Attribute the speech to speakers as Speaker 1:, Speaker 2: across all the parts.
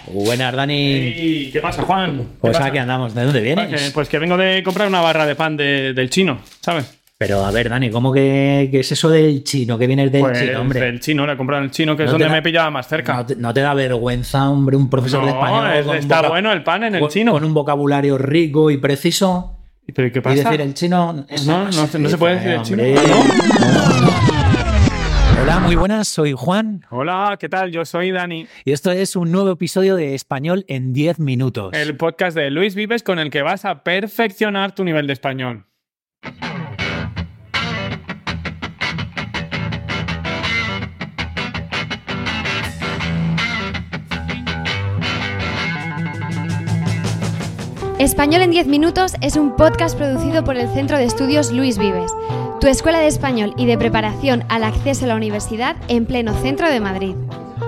Speaker 1: Buenas, Dani.
Speaker 2: Hey, ¿qué pasa, Juan?
Speaker 1: Pues aquí andamos. ¿De dónde vienes?
Speaker 2: Pues que vengo de comprar una barra de pan del chino, ¿sabes?
Speaker 1: Pero a ver, Dani, ¿cómo que es eso del chino? ¿Que vienes del
Speaker 2: Pues
Speaker 1: chino, hombre?
Speaker 2: del chino, le he comprado en el chino, que
Speaker 1: ¿No
Speaker 2: es donde
Speaker 1: te da-
Speaker 2: me pillaba más cerca.
Speaker 1: ¿No te da vergüenza, hombre, un profesor de español
Speaker 2: está bueno el pan en el
Speaker 1: con-
Speaker 2: chino.
Speaker 1: con un vocabulario rico y preciso?
Speaker 2: ¿Pero qué
Speaker 1: Y
Speaker 2: pasa?
Speaker 1: decir el chino...
Speaker 2: No se puede decir el chino.
Speaker 1: hombre.
Speaker 2: ¿No?
Speaker 1: Hola, muy buenas, soy Juan
Speaker 2: Hola, ¿qué tal? Yo soy Dani,
Speaker 1: y esto es un nuevo episodio de Español en 10 minutos.
Speaker 2: el podcast de Luis Vives con el que vas a perfeccionar tu nivel de español.
Speaker 3: Español en 10 minutos es un podcast producido por el Centro de Estudios Luis Vives, tu escuela de español y de preparación al acceso a la universidad en pleno centro de Madrid.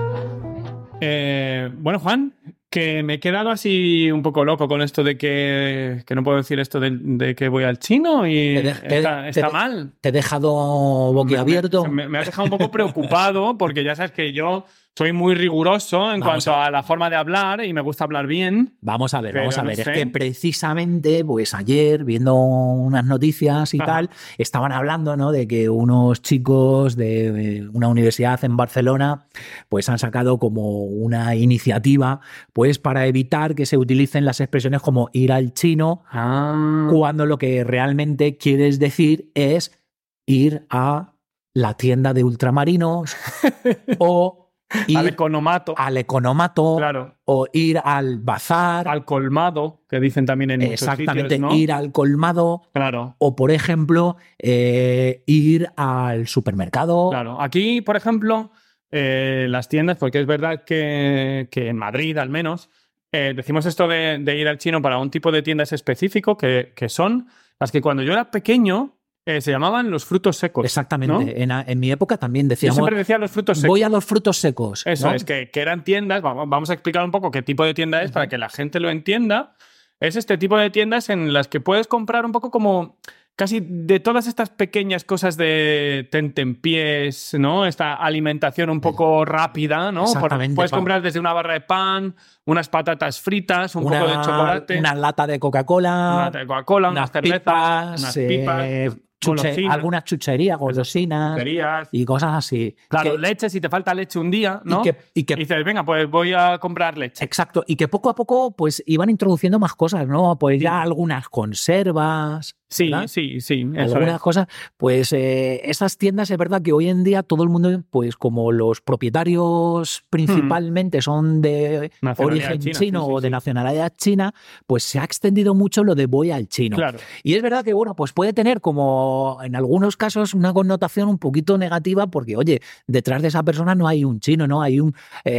Speaker 2: Bueno, Juan, que me he quedado así un poco loco con esto de que no puedo decir esto de que voy al chino y está mal.
Speaker 1: Te he dejado boquiabierto.
Speaker 2: Me has dejado un poco preocupado porque ya sabes que yo soy muy riguroso en cuanto a la forma de hablar y me gusta hablar bien.
Speaker 1: Vamos a ver.
Speaker 2: Pero
Speaker 1: Es
Speaker 2: no sé.
Speaker 1: que precisamente, pues ayer, viendo unas noticias y
Speaker 2: Ajá.
Speaker 1: tal, estaban hablando, ¿no?, de que unos chicos de una universidad en Barcelona, pues han sacado como una iniciativa, pues para evitar que se utilicen las expresiones como ir al chino, cuando lo que realmente quieres decir es ir a la tienda de ultramarinos o ir
Speaker 2: Al economato,
Speaker 1: al economato,
Speaker 2: claro,
Speaker 1: o ir al bazar,
Speaker 2: al colmado, que dicen también en muchos
Speaker 1: exactamente,
Speaker 2: sitios, ¿no?
Speaker 1: ir al colmado,
Speaker 2: Claro,
Speaker 1: o por ejemplo, ir al supermercado.
Speaker 2: claro. Aquí, por ejemplo, las tiendas, porque es verdad que en Madrid al menos, decimos esto de ir al chino para un tipo de tiendas específico que son las que cuando yo era pequeño se llamaban los frutos secos.
Speaker 1: Exactamente.
Speaker 2: ¿no?
Speaker 1: En mi época también
Speaker 2: Yo
Speaker 1: decíamos,
Speaker 2: siempre decía los frutos secos.
Speaker 1: voy a los frutos secos.
Speaker 2: Eso
Speaker 1: ¿no?
Speaker 2: es, que eran tiendas, vamos a explicar un poco qué tipo de tienda es para que la gente lo entienda. Es este tipo de tiendas en las que puedes comprar un poco como casi de todas estas pequeñas cosas de tentempiés, ¿no? Esta alimentación un poco rápida, ¿no?
Speaker 1: Exactamente.
Speaker 2: Puedes comprar desde una barra de pan, unas patatas fritas, un poco de chocolate,
Speaker 1: una lata de Coca-Cola,
Speaker 2: una lata de Coca-Cola, unas cervezas,
Speaker 1: pipas,
Speaker 2: unas pipas, golosinas,
Speaker 1: algunas chucherías, golosinas
Speaker 2: chucherías.
Speaker 1: y cosas así.
Speaker 2: Claro,
Speaker 1: Que-
Speaker 2: leche, si te falta leche un día, ¿no?
Speaker 1: y que
Speaker 2: Y dices, venga, pues voy a comprar leche.
Speaker 1: Exacto, y que poco a poco pues iban introduciendo más cosas, ¿no? Pues ya algunas conservas.
Speaker 2: Sí,
Speaker 1: ¿verdad?
Speaker 2: sí, eso
Speaker 1: Algunas
Speaker 2: es.
Speaker 1: cosas, pues esas tiendas es verdad que hoy en día todo el mundo, pues como los propietarios principalmente son de
Speaker 2: Nacionalidad
Speaker 1: origen
Speaker 2: china,
Speaker 1: chino
Speaker 2: sí, sí,
Speaker 1: o de
Speaker 2: sí.
Speaker 1: nacionalidad china, pues se ha extendido mucho lo de voy al chino.
Speaker 2: Claro.
Speaker 1: Y es verdad que, bueno, pues puede tener como en algunos casos una connotación un poquito negativa porque, oye, detrás de esa persona no hay un chino, no hay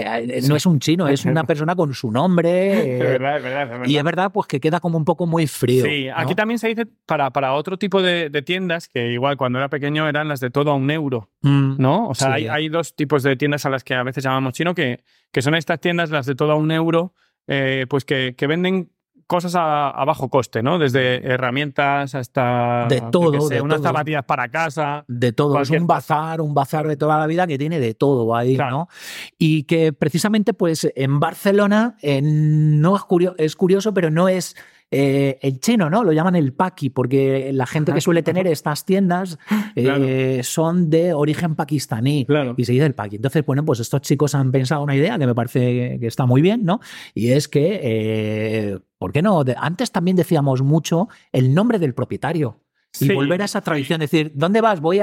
Speaker 1: no es un chino, es una persona con su nombre.
Speaker 2: Es verdad, es verdad, es verdad.
Speaker 1: Y es verdad pues que queda como un poco muy frío.
Speaker 2: Sí,
Speaker 1: ¿no?
Speaker 2: aquí también se dice para otro tipo de tiendas, que igual cuando era pequeño eran las de todo a €1, ¿no? O sea,
Speaker 1: Sí.
Speaker 2: hay dos tipos de tiendas a las que a veces llamamos chino, que son estas tiendas, las de todo a €1, pues que venden cosas a bajo coste, ¿no? Desde herramientas hasta
Speaker 1: De todo,
Speaker 2: yo qué sé,
Speaker 1: de
Speaker 2: unas
Speaker 1: todo.
Speaker 2: zapatillas para casa.
Speaker 1: De todo,
Speaker 2: Cualquier
Speaker 1: es un bazar de toda la vida que tiene de todo ahí,
Speaker 2: Claro.
Speaker 1: ¿no? Y que precisamente pues en Barcelona no es curioso, pero no es el chino, ¿no? Lo llaman el paqui, porque la gente que suele tener estas tiendas son de origen pakistaní
Speaker 2: Claro.
Speaker 1: y se dice el paqui. Entonces, bueno, pues estos chicos han pensado una idea que me parece que está muy bien, ¿no? Y es que, ¿por qué no? Antes también decíamos mucho el nombre del propietario. Y
Speaker 2: Sí,
Speaker 1: volver a esa tradición, decir, ¿dónde vas? Voy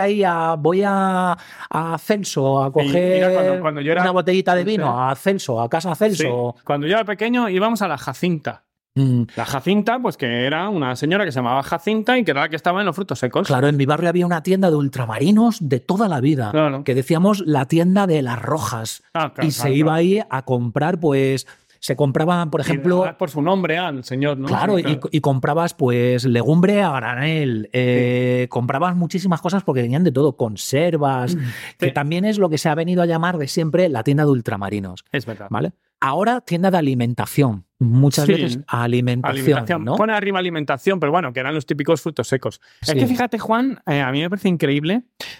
Speaker 1: a Celso a coger
Speaker 2: mira, cuando yo era-
Speaker 1: una botellita de vino, a Celso, a casa Celso.
Speaker 2: Sí. Cuando yo era pequeño íbamos a la Jacinta. La Jacinta, pues que era una señora que se llamaba Jacinta y que era la que estaba en los frutos secos.
Speaker 1: Claro, en mi barrio había una tienda de ultramarinos de toda la vida,
Speaker 2: Claro.
Speaker 1: que decíamos la tienda de las rojas.
Speaker 2: Ah, claro,
Speaker 1: Y se
Speaker 2: claro,
Speaker 1: iba
Speaker 2: claro.
Speaker 1: ahí a comprar, pues, se compraban, por ejemplo,
Speaker 2: Por su nombre al señor, ¿no?
Speaker 1: claro,
Speaker 2: Sí,
Speaker 1: y comprabas pues legumbre a granel, comprabas muchísimas cosas porque venían de todo, conservas, que
Speaker 2: Sí.
Speaker 1: también es lo que se ha venido a llamar de siempre la tienda de ultramarinos,
Speaker 2: Es verdad.
Speaker 1: ¿vale? Ahora tienda de alimentación, muchas
Speaker 2: Sí.
Speaker 1: veces alimentación, ¿no?
Speaker 2: Pone arriba alimentación, pero bueno, que eran los típicos frutos secos.
Speaker 1: Sí.
Speaker 2: Es que fíjate, Juan, a mí me parece increíble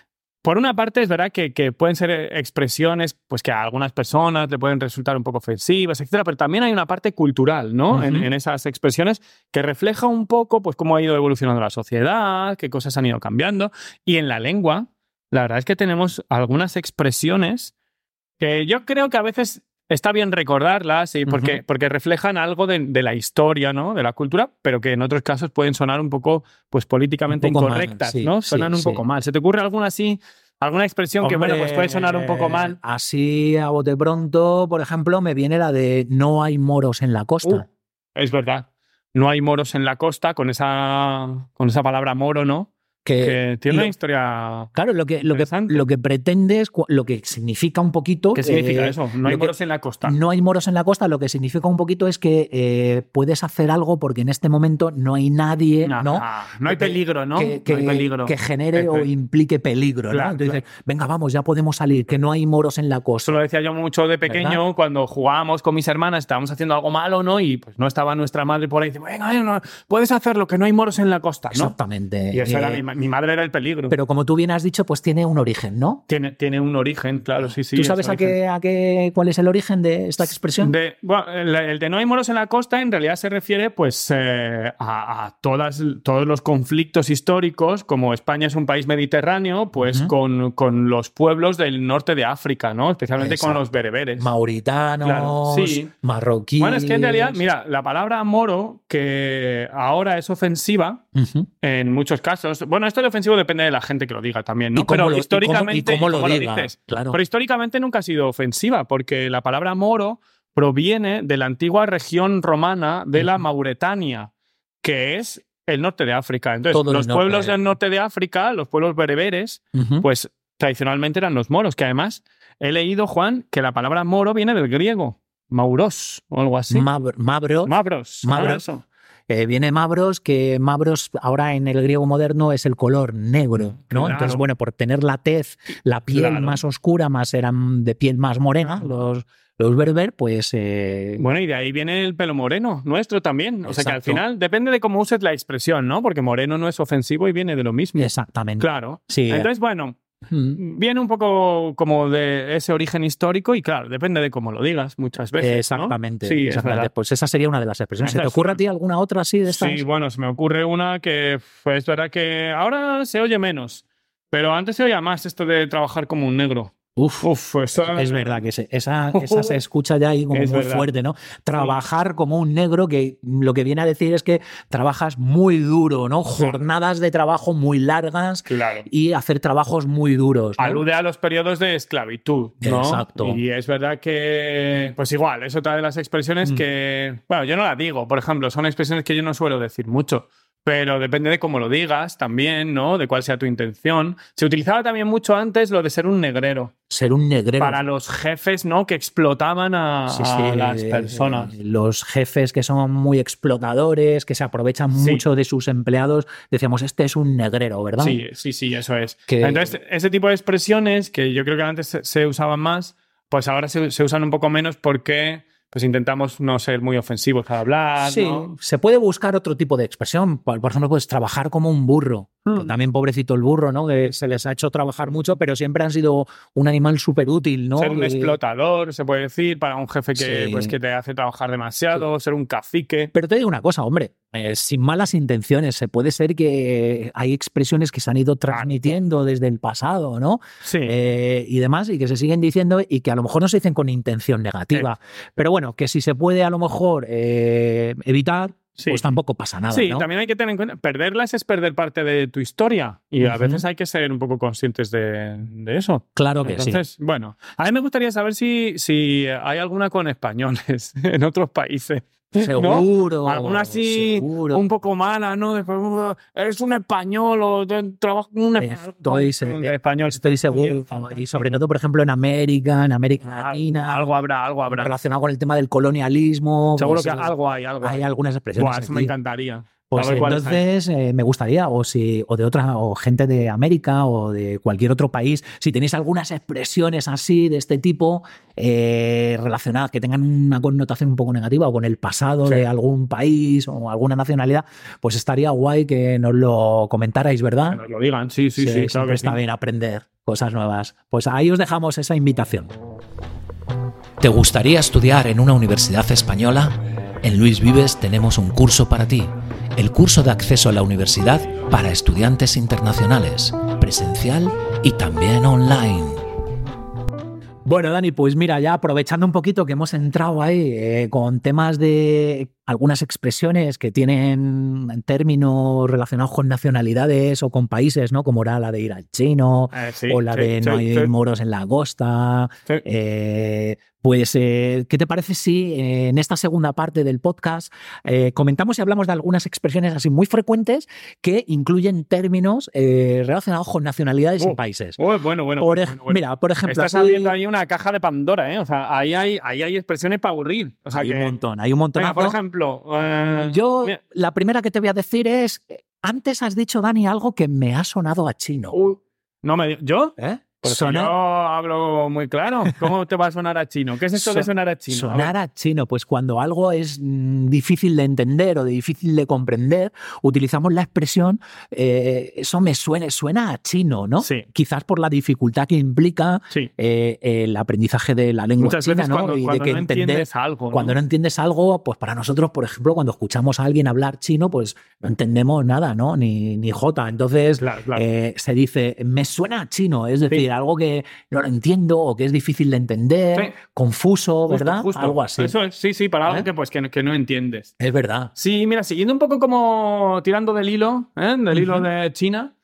Speaker 2: por una parte es verdad que pueden ser expresiones pues que a algunas personas le pueden resultar un poco ofensivas, etcétera, pero también hay una parte cultural, ¿no? En esas expresiones que refleja un poco pues cómo ha ido evolucionando la sociedad, qué cosas han ido cambiando. Y en la lengua, la verdad es que tenemos algunas expresiones que yo creo que a veces está bien recordarlas, ¿sí? Porque reflejan algo de la historia, ¿no? De la cultura, pero que en otros casos pueden sonar un poco pues, políticamente incorrectas,
Speaker 1: mal, sí,
Speaker 2: ¿no? Suenan un poco mal. ¿Se te ocurre alguna así, alguna expresión que, bueno, pues puede sonar un poco mal?
Speaker 1: Así a bote pronto, por ejemplo, me viene la de no hay moros en la costa.
Speaker 2: Es verdad. No hay moros en la costa, con esa palabra moro, ¿no? Que tiene una historia.
Speaker 1: Claro, lo que pretende es lo que significa un poquito.
Speaker 2: ¿Qué significa eso? No hay moros en la costa.
Speaker 1: No hay moros en la costa, lo que significa un poquito es que puedes hacer algo porque en este momento no hay nadie, ¿no?
Speaker 2: No hay peligro, ¿no?
Speaker 1: No hay peligro. Que genere o implique peligro, ¿no? Entonces, venga, vamos, ya podemos salir, que no hay moros en la costa.
Speaker 2: Eso lo decía yo mucho de pequeño, ¿verdad? Cuando jugábamos con mis hermanas, estábamos haciendo algo malo, ¿no? Y pues no estaba nuestra madre por ahí, dice, venga, no, puedes hacerlo, que no hay moros en la costa, ¿no?
Speaker 1: Exactamente.
Speaker 2: Y eso era mi madre era el peligro.
Speaker 1: Pero como tú bien has dicho, pues tiene un origen, ¿no?
Speaker 2: Tiene un origen, claro, sí.
Speaker 1: ¿Tú sabes cuál es el origen de esta expresión?
Speaker 2: Bueno, el de no hay moros en la costa en realidad se refiere pues a todos los conflictos históricos, como España es un país mediterráneo, pues con los pueblos del norte de África, ¿no? Especialmente con los bereberes.
Speaker 1: Mauritanos, claro, sí. Marroquíes.
Speaker 2: Bueno, es que en realidad, mira, la palabra moro, que ahora es ofensiva en muchos casos. Bueno, esto de ofensivo depende de la gente que lo diga también, ¿no?
Speaker 1: Pero históricamente, ¿cómo lo dices?
Speaker 2: Claro. Pero históricamente nunca ha sido ofensiva, porque la palabra moro proviene de la antigua región romana de la Mauretania, que es el norte de África. Entonces, los pueblos del norte de África, los pueblos bereberes, pues tradicionalmente eran los moros, que además he leído, Juan, que la palabra moro viene del griego, mauros o algo así.
Speaker 1: Mavros. Viene Mavros, que Mavros ahora en el griego moderno es el color negro, ¿no? Claro. Entonces, bueno, por tener la tez, la piel más oscura, eran de piel más morena, los berber, pues...
Speaker 2: Bueno, y de ahí viene el pelo moreno, nuestro también. O sea que al final depende de cómo uses la expresión, ¿no? Porque moreno no es ofensivo y viene de lo mismo.
Speaker 1: Exactamente.
Speaker 2: Claro.
Speaker 1: Sí.
Speaker 2: Entonces, bueno... Viene un poco como de ese origen histórico y claro, depende de cómo lo digas muchas veces.
Speaker 1: Exactamente.
Speaker 2: ¿no? Sí,
Speaker 1: exactamente. Pues esa sería una de las expresiones. ¿Se te ocurre a ti alguna otra así de estas?
Speaker 2: Sí, bueno, se me ocurre una que pues, es verdad que ahora se oye menos, pero antes se oía más esto de trabajar como un negro.
Speaker 1: Esa... Es verdad que esa se escucha ya ahí como muy fuerte, ¿no? Trabajar como un negro, que lo que viene a decir es que trabajas muy duro, ¿no? Jornadas de trabajo muy largas y hacer trabajos muy duros, ¿no?
Speaker 2: Alude a los periodos de esclavitud, ¿no?
Speaker 1: Exacto.
Speaker 2: Y es verdad que, pues igual, es otra de las expresiones que, bueno, yo no la digo, por ejemplo, son expresiones que yo no suelo decir mucho. Pero depende de cómo lo digas también, ¿no? De cuál sea tu intención. Se utilizaba también mucho antes lo de ser un negrero.
Speaker 1: Ser un negrero.
Speaker 2: Para los jefes, ¿no? Que explotaban a las personas.
Speaker 1: Los jefes que son muy explotadores, que se aprovechan mucho de sus empleados. Decíamos, este es un negrero, ¿verdad?
Speaker 2: Sí, eso es. Entonces, ese tipo de expresiones que yo creo que antes se usaban más, pues ahora se usan un poco menos porque... pues intentamos no ser muy ofensivos al hablar.
Speaker 1: Sí, ¿no? Se puede buscar otro tipo de expresión. Por ejemplo, pues trabajar como un burro. También pobrecito el burro, ¿no? Que se les ha hecho trabajar mucho, pero siempre han sido un animal súper útil, ¿no?
Speaker 2: Ser un explotador, se puede decir, para un jefe que te hace trabajar demasiado, ser un cacique.
Speaker 1: Pero te digo una cosa, hombre, sin malas intenciones, se puede ser que hay expresiones que se han ido transmitiendo desde el pasado, ¿no?
Speaker 2: Sí.
Speaker 1: Y demás, y que se siguen diciendo y que a lo mejor no se dicen con intención negativa. Pero bueno, que si se puede a lo mejor evitar, pues tampoco pasa nada.
Speaker 2: Sí,
Speaker 1: ¿no?
Speaker 2: También hay que tener en cuenta, perderlas es perder parte de tu historia y a veces hay que ser un poco conscientes de eso.
Speaker 1: Claro que sí.
Speaker 2: Entonces, bueno, a mí me gustaría saber si hay alguna con españoles en otros países.
Speaker 1: Seguro.
Speaker 2: ¿No? Alguna así un poco mala, ¿no? Después, eres un español o trabajas con un español.
Speaker 1: Estoy seguro. Y sobre todo, por ejemplo, en América Latina.
Speaker 2: Algo habrá.
Speaker 1: Relacionado con el tema del colonialismo.
Speaker 2: Seguro
Speaker 1: pues,
Speaker 2: que algo hay.
Speaker 1: Hay algunas expresiones.
Speaker 2: Eso me encantaría.
Speaker 1: Pues
Speaker 2: A ver cuáles
Speaker 1: entonces me gustaría, o de otra, o gente de América o de cualquier otro país, si tenéis algunas expresiones así de este tipo relacionadas, que tengan una connotación un poco negativa o con el pasado de algún país o alguna nacionalidad, pues estaría guay que nos lo comentarais, ¿verdad?
Speaker 2: Que nos lo digan, sí,
Speaker 1: Siempre
Speaker 2: claro que
Speaker 1: está
Speaker 2: sí.
Speaker 1: bien aprender cosas nuevas. Pues ahí os dejamos esa invitación. ¿Te gustaría estudiar en una universidad española? En Luis Vives tenemos un curso para ti. El curso de acceso a la universidad para estudiantes internacionales, presencial y también online. Bueno, Dani, pues mira, ya aprovechando un poquito que hemos entrado ahí con temas de algunas expresiones que tienen términos relacionados con nacionalidades o con países, ¿no? Como era la de ir al chino o la de no hay moros en la costa. Pues, ¿qué te parece si en esta segunda parte del podcast comentamos y hablamos de algunas expresiones así muy frecuentes que incluyen términos relacionados con nacionalidades y países?
Speaker 2: Bueno.
Speaker 1: Mira, por ejemplo...
Speaker 2: Estás abriendo ahí una caja de Pandora, ¿eh? O sea, ahí hay expresiones para aburrir. O sea,
Speaker 1: hay un montón.
Speaker 2: Venga, por ejemplo...
Speaker 1: mira. La primera que te voy a decir es... Antes has dicho, Dani, algo que me ha sonado a chino.
Speaker 2: ¿Yo?
Speaker 1: Pues
Speaker 2: yo hablo muy claro. ¿Cómo te va a sonar a chino? ¿Qué es esto de sonar a chino?
Speaker 1: Sonar a chino, pues cuando algo es difícil de entender o de difícil de comprender, utilizamos la expresión eso me suena a chino, ¿no?
Speaker 2: Sí.
Speaker 1: Quizás por la dificultad que implica el aprendizaje de la lengua
Speaker 2: muchas
Speaker 1: china,
Speaker 2: veces
Speaker 1: ¿no?
Speaker 2: Cuando no entiendes algo, ¿no?
Speaker 1: Cuando no entiendes algo, pues para nosotros, por ejemplo, cuando escuchamos a alguien hablar chino, pues no entendemos nada, ¿no? Ni jota. Entonces
Speaker 2: claro.
Speaker 1: Se dice, me suena a chino, es decir, algo que no lo entiendo o que es difícil de entender, confuso, ¿verdad?
Speaker 2: Justo.
Speaker 1: Algo así.
Speaker 2: Eso es, sí, para algo que no entiendes.
Speaker 1: Es verdad.
Speaker 2: Sí, mira, siguiendo un poco como tirando del hilo, del hilo de China,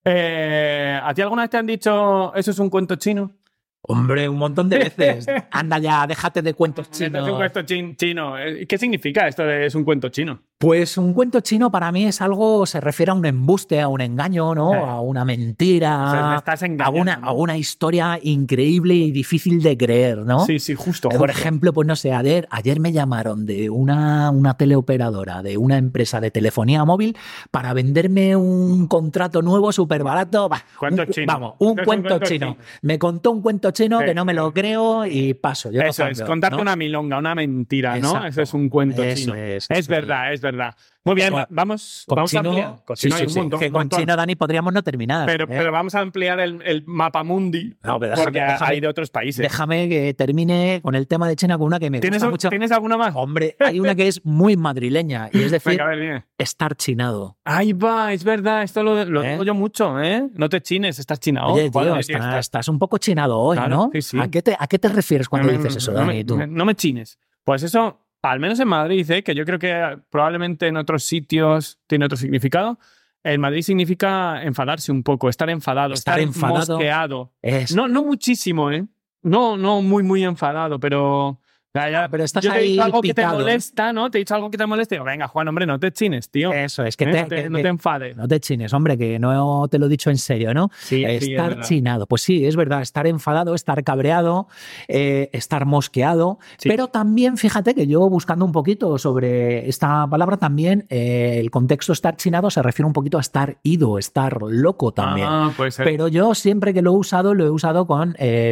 Speaker 2: ¿a ti alguna vez te han dicho eso es un cuento chino?
Speaker 1: Hombre, un montón de veces. Anda ya, déjate de cuentos chinos.
Speaker 2: Es un cuento chino. ¿Qué significa esto de es un cuento chino?
Speaker 1: Pues un cuento chino para mí es algo, se refiere a un embuste, a un engaño, ¿no? A una mentira,
Speaker 2: o sea, me estás engañando,
Speaker 1: a una historia increíble y difícil de creer, ¿no?
Speaker 2: Sí, justo.
Speaker 1: Por ejemplo, pues no sé, ayer me llamaron de una teleoperadora, de una empresa de telefonía móvil para venderme un contrato nuevo súper barato.
Speaker 2: Cuento chino.
Speaker 1: Vamos, un cuento chino. Me contó un cuento chino que no me lo creo y paso. Yo
Speaker 2: eso es, contarte una milonga, una mentira, ¿no?
Speaker 1: Exacto.
Speaker 2: Eso es un cuento chino. Es verdad. Muy bien, vamos a ampliar.
Speaker 1: Sí, un montón, que con chino, Dani, podríamos no terminar.
Speaker 2: Pero vamos a ampliar el mapamundi porque hay de otros países.
Speaker 1: Déjame que termine con el tema de China con una que me gusta mucho.
Speaker 2: ¿Tienes alguna más?
Speaker 1: Hombre, hay una que es muy madrileña y es decir,
Speaker 2: venga, a ver,
Speaker 1: estar chinado.
Speaker 2: Ahí va, es verdad, esto lo digo yo mucho, ¿eh? No te chines, estás chinado.
Speaker 1: Oye, tío, estás un poco chinado hoy,
Speaker 2: claro,
Speaker 1: ¿no?
Speaker 2: Sí.
Speaker 1: ¿A qué te refieres cuando dices eso, Dani?
Speaker 2: No me chines. Pues eso... Al menos en Madrid, que yo creo que probablemente en otros sitios tiene otro significado. En Madrid significa enfadarse un poco, estar enfadado, estar mosqueado. No muchísimo, ¿eh? No muy enfadado, pero...
Speaker 1: pero estás
Speaker 2: yo te he
Speaker 1: ahí
Speaker 2: dicho algo
Speaker 1: picado,
Speaker 2: que te molesta, ¿no? Te he dicho algo que te molesta y digo, venga, Juan, hombre, no te chines, tío.
Speaker 1: Eso, es que
Speaker 2: no te enfades.
Speaker 1: No te chines, hombre, que no te lo he dicho en serio, ¿no?
Speaker 2: Sí,
Speaker 1: estar chinado. Pues sí, es verdad, estar enfadado, estar cabreado, estar mosqueado. Sí. Pero también, fíjate que yo buscando un poquito sobre esta palabra también, el contexto estar chinado se refiere un poquito a estar ido, estar loco también.
Speaker 2: Puede ser.
Speaker 1: Pero yo siempre que lo he usado con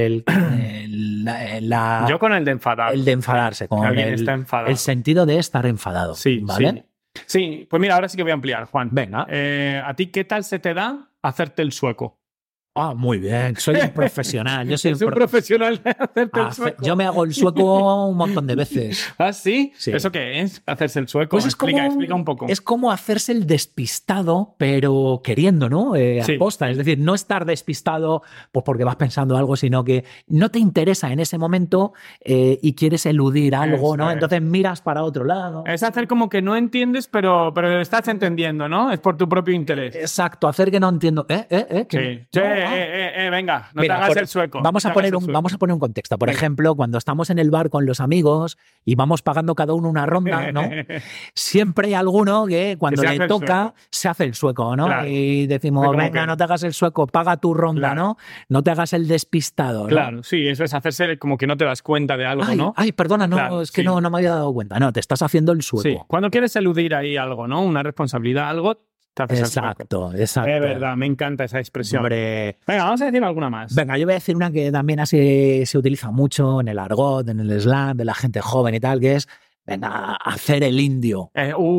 Speaker 2: yo con el de enfadar.
Speaker 1: El de enfadarse, con el sentido de estar enfadado.
Speaker 2: Sí,
Speaker 1: ¿vale?
Speaker 2: Sí, pues mira, ahora sí que voy a ampliar, Juan.
Speaker 1: Venga.
Speaker 2: ¿A ti qué tal se te da hacerte el sueco?
Speaker 1: Muy bien, soy un profesional. Yo soy
Speaker 2: un profesional de hacerte el sueco.
Speaker 1: Yo me hago el sueco un montón de veces.
Speaker 2: ¿Ah, sí? ¿Eso qué es? Hacerse el sueco.
Speaker 1: Pues
Speaker 2: explica un poco.
Speaker 1: Es como hacerse el despistado, pero queriendo, ¿no? Aposta. Es decir, no estar despistado pues porque vas pensando algo, sino que no te interesa en ese momento y quieres eludir algo, ¿no? Entonces miras para otro lado.
Speaker 2: Es hacer como que no entiendes, pero estás entendiendo, ¿no? Es por tu propio interés.
Speaker 1: Exacto, hacer que no entiendo.
Speaker 2: Sí. venga, no
Speaker 1: Mira,
Speaker 2: te hagas el sueco.
Speaker 1: Vamos a poner un contexto. Por ejemplo, cuando estamos en el bar con los amigos y vamos pagando cada uno una ronda, ¿no? Siempre hay alguno que cuando le toca se hace el sueco, ¿no?
Speaker 2: Claro.
Speaker 1: Y decimos, venga, no te hagas el sueco, paga tu ronda, ¿no? No te hagas el despistado, ¿no?
Speaker 2: Claro, sí, eso es hacerse como que no te das cuenta de algo, ¿no?
Speaker 1: Ay, perdona, no,
Speaker 2: Claro,
Speaker 1: es que no me había dado cuenta. No, te estás haciendo el sueco.
Speaker 2: Sí, cuando quieres eludir ahí algo, ¿no? Una responsabilidad, algo, te haces el sueco.
Speaker 1: Exacto.
Speaker 2: Es verdad, me encanta esa expresión.
Speaker 1: Hombre.
Speaker 2: Venga, vamos a decir alguna más.
Speaker 1: Venga, yo voy a decir una que también así se utiliza mucho en el argot, en el slang de la gente joven y tal, que es, venga, hacer el indio.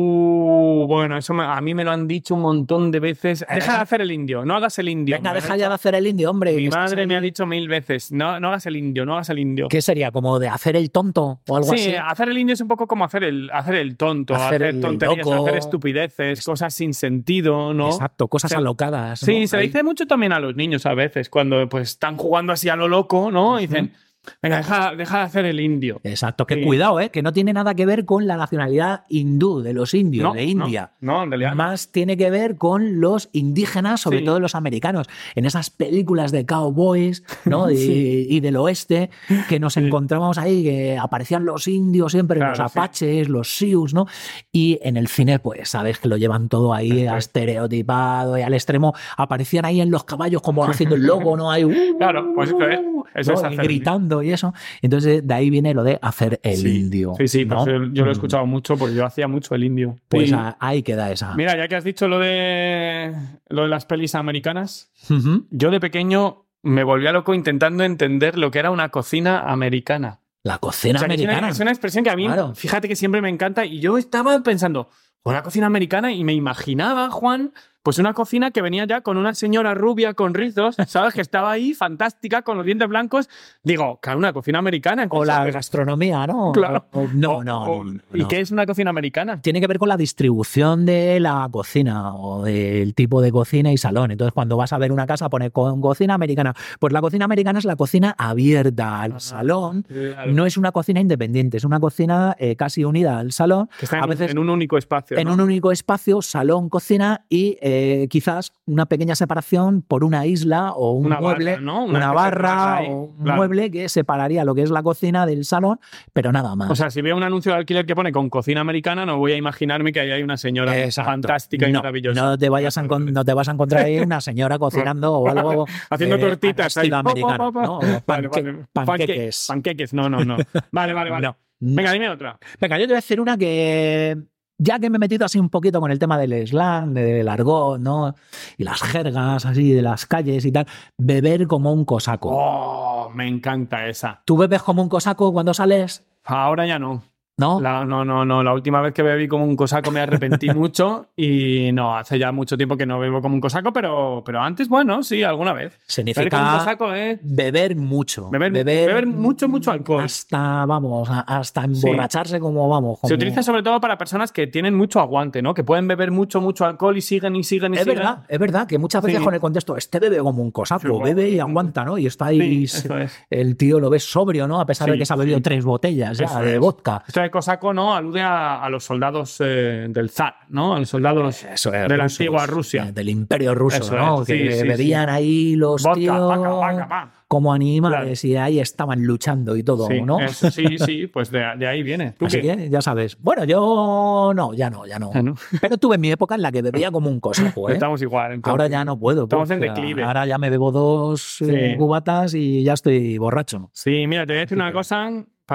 Speaker 2: Bueno, eso a mí me lo han dicho un montón de veces. Deja de hacer el indio, no hagas el indio.
Speaker 1: Venga, deja ya de hacer el indio, hombre.
Speaker 2: Mi madre me ha dicho 1000 veces, no hagas el indio, no hagas el indio.
Speaker 1: ¿Qué sería? ¿Como de hacer el tonto o algo así?
Speaker 2: Sí, hacer el indio es un poco como hacer el tonto, hacer tonterías,
Speaker 1: loco,
Speaker 2: hacer estupideces, cosas sin sentido, ¿no?
Speaker 1: Exacto, cosas alocadas.
Speaker 2: Sí,
Speaker 1: ¿no?
Speaker 2: se dice mucho también a los niños a veces, cuando pues están jugando así a lo loco, ¿no? Y dicen, venga, deja de hacer el indio.
Speaker 1: Exacto, que cuidado, que no tiene nada que ver con la nacionalidad hindú, de los indios, de India.
Speaker 2: No, en realidad.
Speaker 1: Más tiene que ver con los indígenas, sobre todo los americanos. En esas películas de cowboys, ¿no? Y del oeste, que nos encontrábamos ahí, que aparecían los indios siempre, los apaches, los sioux, ¿no? Y en el cine, pues, sabes que lo llevan todo ahí estereotipado y al extremo. Aparecían ahí en los caballos como haciendo el logo, ¿no? Ahí,
Speaker 2: claro, pues eso es hacer
Speaker 1: gritando y eso. Entonces, de ahí viene lo de hacer el indio.
Speaker 2: Sí,
Speaker 1: ¿no?
Speaker 2: pues yo lo he escuchado mucho porque yo hacía mucho el indio.
Speaker 1: Pues ahí queda esa.
Speaker 2: Mira, ya que has dicho lo de las pelis americanas, yo de pequeño me volvía loco intentando entender lo que era una cocina americana.
Speaker 1: La cocina americana.
Speaker 2: Es una expresión que a mí, fíjate que siempre me encanta, y yo estaba pensando, una cocina americana, y me imaginaba, Juan, pues una cocina que venía ya con una señora rubia con rizos, ¿sabes? Que estaba ahí, fantástica, con los dientes blancos. Digo, claro, una cocina americana.
Speaker 1: O la gastronomía, ¿no?
Speaker 2: Claro.
Speaker 1: No.
Speaker 2: ¿Y qué es una cocina americana?
Speaker 1: Tiene que ver con la distribución de la cocina o del tipo de cocina y salón. Entonces, cuando vas a ver una casa, pone con cocina americana. Pues la cocina americana es la cocina abierta al salón. Claro. No es una cocina independiente, es una cocina casi unida al salón.
Speaker 2: Que está en un único espacio.
Speaker 1: En un único espacio, salón, cocina y quizás una pequeña separación por una isla o un mueble, barra, ¿no? una barra o un mueble que separaría lo que es la cocina del salón, pero nada más.
Speaker 2: O sea, si veo un anuncio de alquiler que pone con cocina americana, no voy a imaginarme que ahí hay una señora fantástica y maravillosa.
Speaker 1: No te vas a encontrar ahí una señora cocinando o algo
Speaker 2: haciendo tortitas ahí.
Speaker 1: Americano, ¿no? Panqueques.
Speaker 2: Panqueques, no. Vale. No. Venga, dime otra.
Speaker 1: Venga, yo te voy a decir una que... Ya que me he metido así un poquito con el tema del slang, del argot, ¿no? Y las jergas así de las calles y tal, beber como un cosaco.
Speaker 2: ¡Oh! Me encanta esa.
Speaker 1: ¿Tú bebes como un cosaco cuando sales?
Speaker 2: Ahora ya no.
Speaker 1: ¿No?
Speaker 2: No. La última vez que bebí como un cosaco me arrepentí mucho y no, hace ya mucho tiempo que no bebo como un cosaco, pero antes, bueno, sí, alguna vez.
Speaker 1: Significa
Speaker 2: un cosaco,
Speaker 1: beber mucho.
Speaker 2: Beber mucho alcohol.
Speaker 1: Hasta emborracharse como...
Speaker 2: Se utiliza sobre todo para personas que tienen mucho aguante, ¿no? Que pueden beber mucho alcohol y siguen. Es
Speaker 1: verdad que muchas veces con el contexto, bebe como un cosaco, bebe y aguanta, ¿no? Y está ahí, el tío lo ves sobrio, ¿no? A pesar de que se ha bebido 3 botellas ya de vodka.
Speaker 2: De cosaco, ¿no? Alude a los soldados del zar, ¿no? A los soldados de la antigua Rusia.
Speaker 1: Del imperio ruso, ¿no? Que bebían ahí los vodka, tíos vaca, como animales y ahí estaban luchando y todo, ¿no?
Speaker 2: Sí, pues de ahí viene.
Speaker 1: Así que ya sabes. Bueno, yo ya no. Pero tuve mi época en la que bebía como un cosaco, ¿eh?
Speaker 2: Estamos igual. Entonces.
Speaker 1: Ahora ya no puedo.
Speaker 2: Estamos en declive.
Speaker 1: Ahora ya me bebo 2 cubatas y ya estoy borracho.
Speaker 2: Sí, mira, te voy a decir una cosa...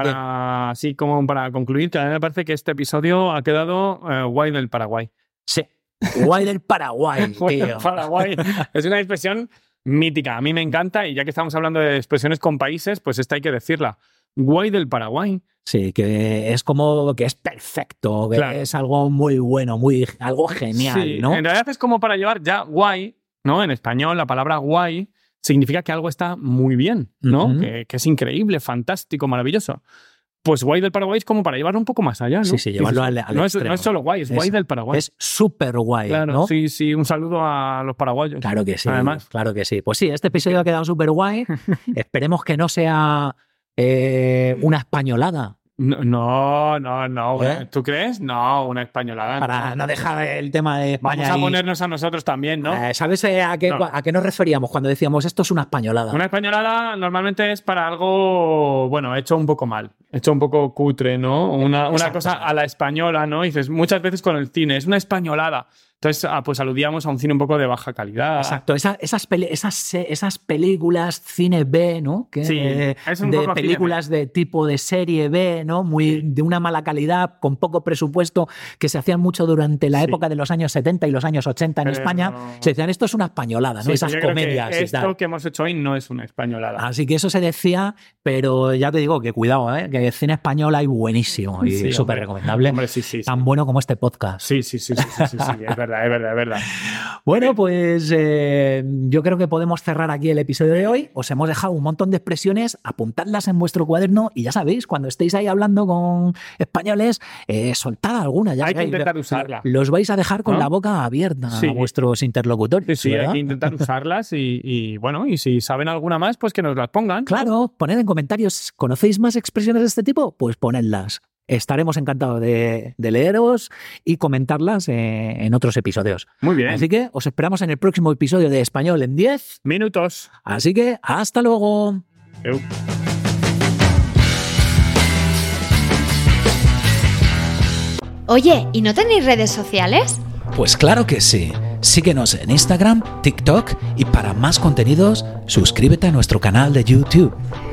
Speaker 2: Así como para concluir, a mí me parece que este episodio ha quedado guay del Paraguay.
Speaker 1: Sí, guay del Paraguay, tío.
Speaker 2: Paraguay. Es una expresión mítica. A mí me encanta y ya que estamos hablando de expresiones con países, pues esta hay que decirla. Guay del Paraguay.
Speaker 1: Sí, que es como que es perfecto, que es algo muy bueno, algo genial, ¿no?
Speaker 2: En realidad es como para llevar ya guay, ¿no? En español la palabra guay significa que algo está muy bien, ¿no? Que es increíble, fantástico, maravilloso. Pues guay del Paraguay es como para llevarlo un poco más allá, ¿no?
Speaker 1: Sí, llevarlo al
Speaker 2: extremo. No es solo guay, es guay del Paraguay.
Speaker 1: Es súper guay,
Speaker 2: claro,
Speaker 1: ¿no?
Speaker 2: Sí, un saludo a los paraguayos.
Speaker 1: Claro que sí,
Speaker 2: además.
Speaker 1: Claro que sí. Pues sí, este episodio ha quedado súper guay. Esperemos que no sea una españolada
Speaker 2: No.
Speaker 1: ¿Eh?
Speaker 2: ¿Tú crees? No, una españolada.
Speaker 1: Para no dejar el tema de España.
Speaker 2: Vamos a ponernos a nosotros también, ¿no?
Speaker 1: ¿Sabes a qué nos referíamos cuando decíamos esto es una españolada?
Speaker 2: Una españolada normalmente es para algo, bueno, hecho un poco mal, hecho un poco cutre, ¿no? Una cosa a la española, ¿no? Y dices, muchas veces con el cine, es una españolada. Entonces, pues aludíamos a un cine un poco de baja calidad.
Speaker 1: Exacto, esas películas cine B, ¿no?
Speaker 2: Es un
Speaker 1: de
Speaker 2: poco
Speaker 1: películas de tipo de serie B, ¿no? De una mala calidad, con poco presupuesto, que se hacían mucho durante la época de los años 70 y los años 80 en España. Se decían, esto es una españolada, ¿no? Esas comedias.
Speaker 2: Esto que hemos hecho hoy no es una españolada.
Speaker 1: Así que eso se decía, pero ya te digo que cuidado, que cine español hay buenísimo y súper recomendable.
Speaker 2: Hombre, sí.
Speaker 1: Tan bueno como este podcast.
Speaker 2: Sí, es verdad.
Speaker 1: Bueno, pues yo creo que podemos cerrar aquí el episodio de hoy. Os hemos dejado un montón de expresiones, apuntadlas en vuestro cuaderno y ya sabéis, cuando estéis ahí hablando con españoles, soltad alguna. Ya
Speaker 2: hay que intentar usarla.
Speaker 1: Los vais a dejar con la boca abierta a vuestros interlocutores.
Speaker 2: Sí, hay que intentar usarlas y bueno, y si saben alguna más, pues que nos las pongan.
Speaker 1: Claro, poned en comentarios, ¿conocéis más expresiones de este tipo? Pues ponedlas. Estaremos encantados de leeros y comentarlas en otros episodios.
Speaker 2: Muy bien.
Speaker 1: Así que os esperamos en el próximo episodio de Español en 10
Speaker 2: minutos.
Speaker 1: Así que hasta luego.
Speaker 3: Oye, ¿y no tenéis redes sociales?
Speaker 1: Pues claro que sí. Síguenos en Instagram, TikTok y para más contenidos, suscríbete a nuestro canal de YouTube.